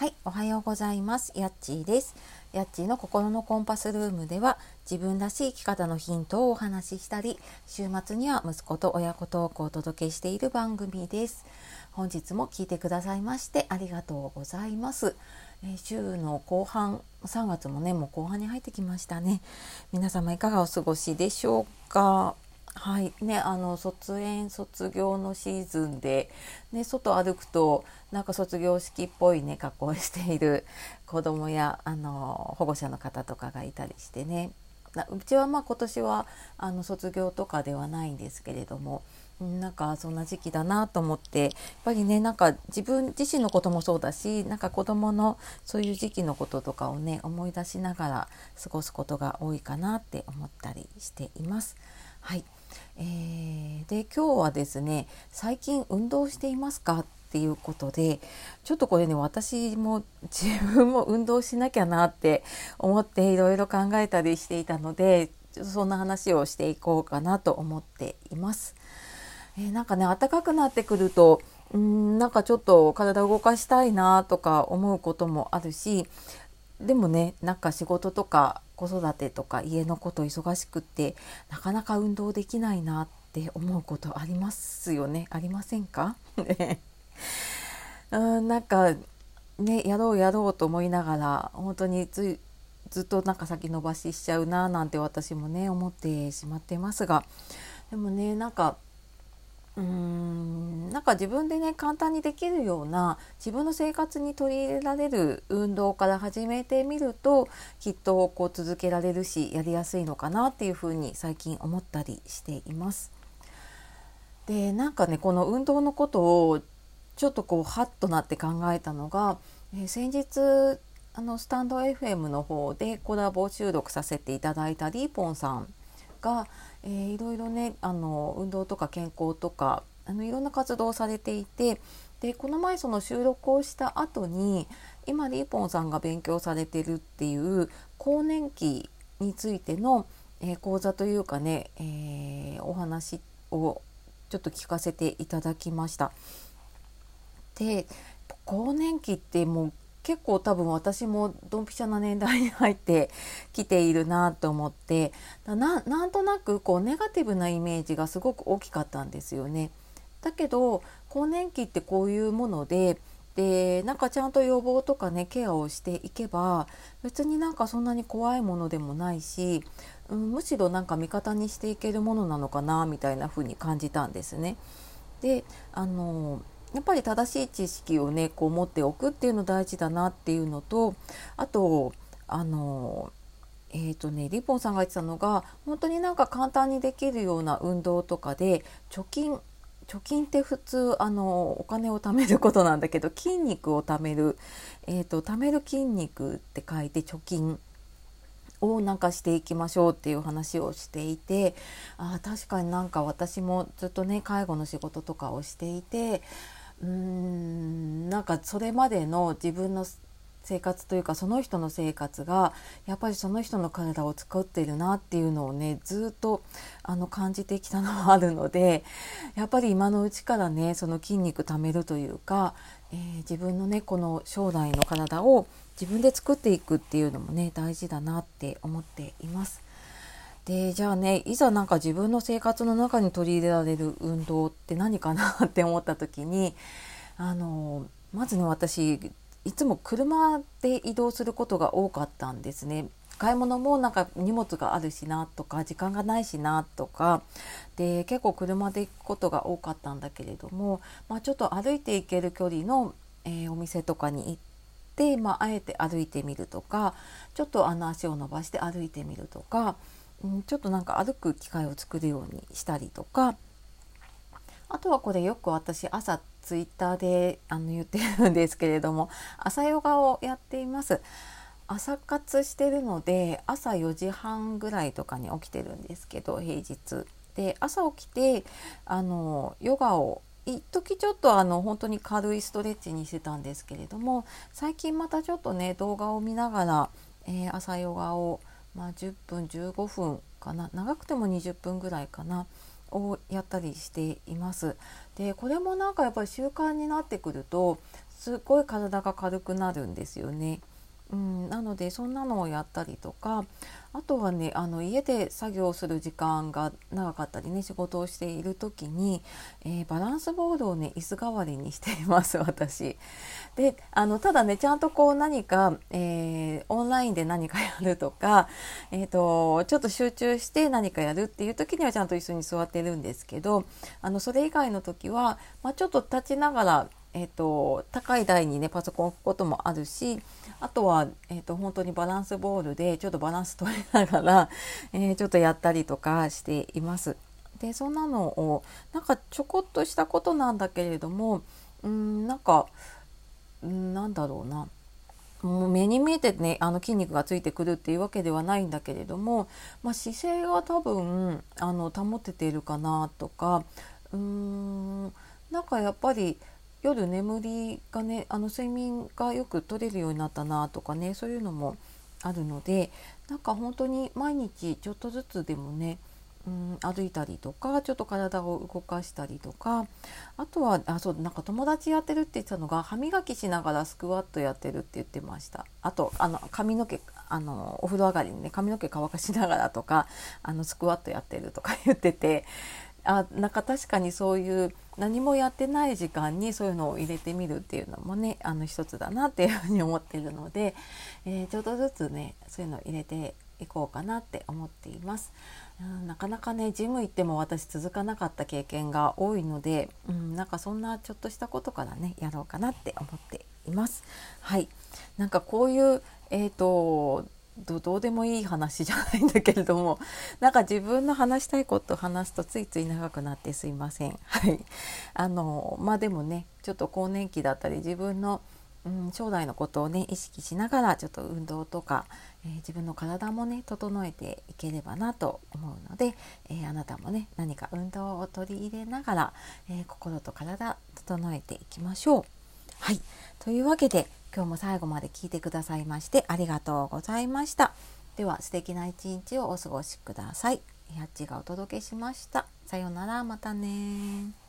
はい、おはようございます。やっちーです。やっちーの心のコンパスルームでは、自分らしい生き方のヒントをお話ししたり、週末には息子と親子トークをお届けしている番組です。本日も聞いてくださいましてありがとうございます。週の後半、3月もね、もう後半に入ってきましたね。皆様いかがお過ごしでしょうか。はいね、卒業のシーズンで、ね、外歩くとなんか卒業式っぽいね格好をしている子供や保護者の方とかがいたりしてね、うちは今年は卒業とかではないんですけれども、なんかそんな時期だなと思って、やっぱりね、なんか自分自身のこともそうだし、なんか子供のそういう時期のこととかをね思い出しながら過ごすことが多いかなって思ったりしています。はい。で今日はですね、最近運動していますかっていうことで、ちょっとこれね、私も自分も運動しなきゃなって思っていろいろ考えたりしていたので、ちょっとそんな話をしていこうかなと思っています。なんかね、暖かくなってくるとなんかちょっと体を動かしたいなとか思うこともあるし、でもね、なんか仕事とか子育てとか家のこと忙しくってなかなか運動できないなって思うことありますよね。ありませんか？ね、なんかね、やろうやろうと思いながら本当にずっとなんか先延ばししちゃうななんて私もね思ってしまってますが、でもね、なんか自分でね簡単にできるような自分の生活に取り入れられる運動から始めてみると、きっとこう続けられるしやりやすいのかなっていうふうに最近思ったりしています。でなんかね、この運動のことをちょっとこうハッとなって考えたのが、先日スタンド FM の方でコラボ収録させていただいたリーポンさんが、いろいろね運動とか健康とかいろんな活動をされていて、でこの前その収録をした後に今リーポンさんが勉強されてるっていう更年期についての、講座というかね、お話をちょっと聞かせていただきました。で更年期ってもう結構多分私もドンピシャな年代に入ってきているなと思って、なんとなくこうネガティブなイメージがすごく大きかったんですよね。だけど更年期ってこういうものでなんかちゃんと予防とかねケアをしていけば別になんかそんなに怖いものでもないし、むしろなんか味方にしていけるものなのかなみたいな風に感じたんですね。でやっぱり正しい知識をねこう持っておくっていうの大事だなっていうのと、あとリポンさんが言ってたのが、本当になんか簡単にできるような運動とかで貯金って普通お金を貯めることなんだけど、筋肉を貯める、貯める筋肉って書いて貯金をなんかしていきましょうっていう話をしていて、確かになんか私もずっとね介護の仕事とかをしていて、なんかそれまでの自分の生活というかその人の生活がやっぱりその人の体を作っているなっていうのをねずっと感じてきたのもあるので、やっぱり今のうちからねその筋肉貯めるというか、自分のねこの将来の体を自分で作っていくっていうのもね大事だなって思っています。でじゃあね、いざなんか自分の生活の中に取り入れられる運動って何かなって思った時に、まずね、私いつも車で移動することが多かったんですね。買い物もなんか荷物があるしなとか時間がないしなとかで結構車で行くことが多かったんだけれども、ちょっと歩いて行ける距離の、お店とかに行って、あえて歩いてみるとか、ちょっと足を伸ばして歩いてみるとか、ちょっとなんか歩く機会を作るようにしたりとか、あとはこれよく私朝ツイッターで言ってるんですけれども、朝ヨガをやっています。朝活してるので朝4時半ぐらいとかに起きてるんですけど、平日で朝起きてヨガを一時ちょっと本当に軽いストレッチにしてたんですけれども、最近またちょっとね動画を見ながら、朝ヨガを、10分15分かな、長くても20分ぐらいかなをやったりしています。でこれもなんかやっぱり習慣になってくると、 すごい体が軽くなるんですよね。なのでそんなのをやったりとか、あとはね家で作業する時間が長かったりね、仕事をしている時に、バランスボールをね椅子代わりにしています私。でただねちゃんとこう何か、オンラインで何かやるとか、ちょっと集中して何かやるっていう時にはちゃんと椅子に座ってるんですけど、それ以外の時は、ちょっと立ちながら高い台にねパソコンを置くこともあるし、あとは、本当にバランスボールでちょっとバランス取りながら、ちょっとやったりとかしています。でそんなのをなんかちょこっとしたことなんだけれども、なんかなんだろうな、もう目に見えてね筋肉がついてくるっていうわけではないんだけれども、姿勢が多分保てているかなとか、なんかやっぱり夜眠りがね睡眠がよく取れるようになったなとかね、そういうのもあるので、なんか本当に毎日ちょっとずつでもね、歩いたりとかちょっと体を動かしたりとか、あとはそうなんか友達やってるって言ってたのが、歯磨きしながらスクワットやってるって言ってました。あと髪の毛お風呂上がりにね髪の毛乾かしながらとかスクワットやってるとか言ってて、なんか確かにそういう何もやってない時間にそういうのを入れてみるっていうのもね一つだなっていうふうに思っているので、ちょっとずつねそういうのを入れていこうかなって思っています。なかなかねジム行っても私続かなかった経験が多いので、なんかそんなちょっとしたことからねやろうかなって思っています。はい、なんかこういうどうでもいい話じゃないんだけれども、なんか自分の話したいことを話すとついつい長くなってすいません。はい、でもねちょっと更年期だったり自分の、将来のことをね意識しながらちょっと運動とか、自分の体もね整えていければなと思うので、あなたもね何か運動を取り入れながら、心と体整えていきましょう。はい、というわけで今日も最後まで聞いてくださいましてありがとうございました。では素敵な一日をお過ごしください。やっちがお届けしました。さようなら、またね。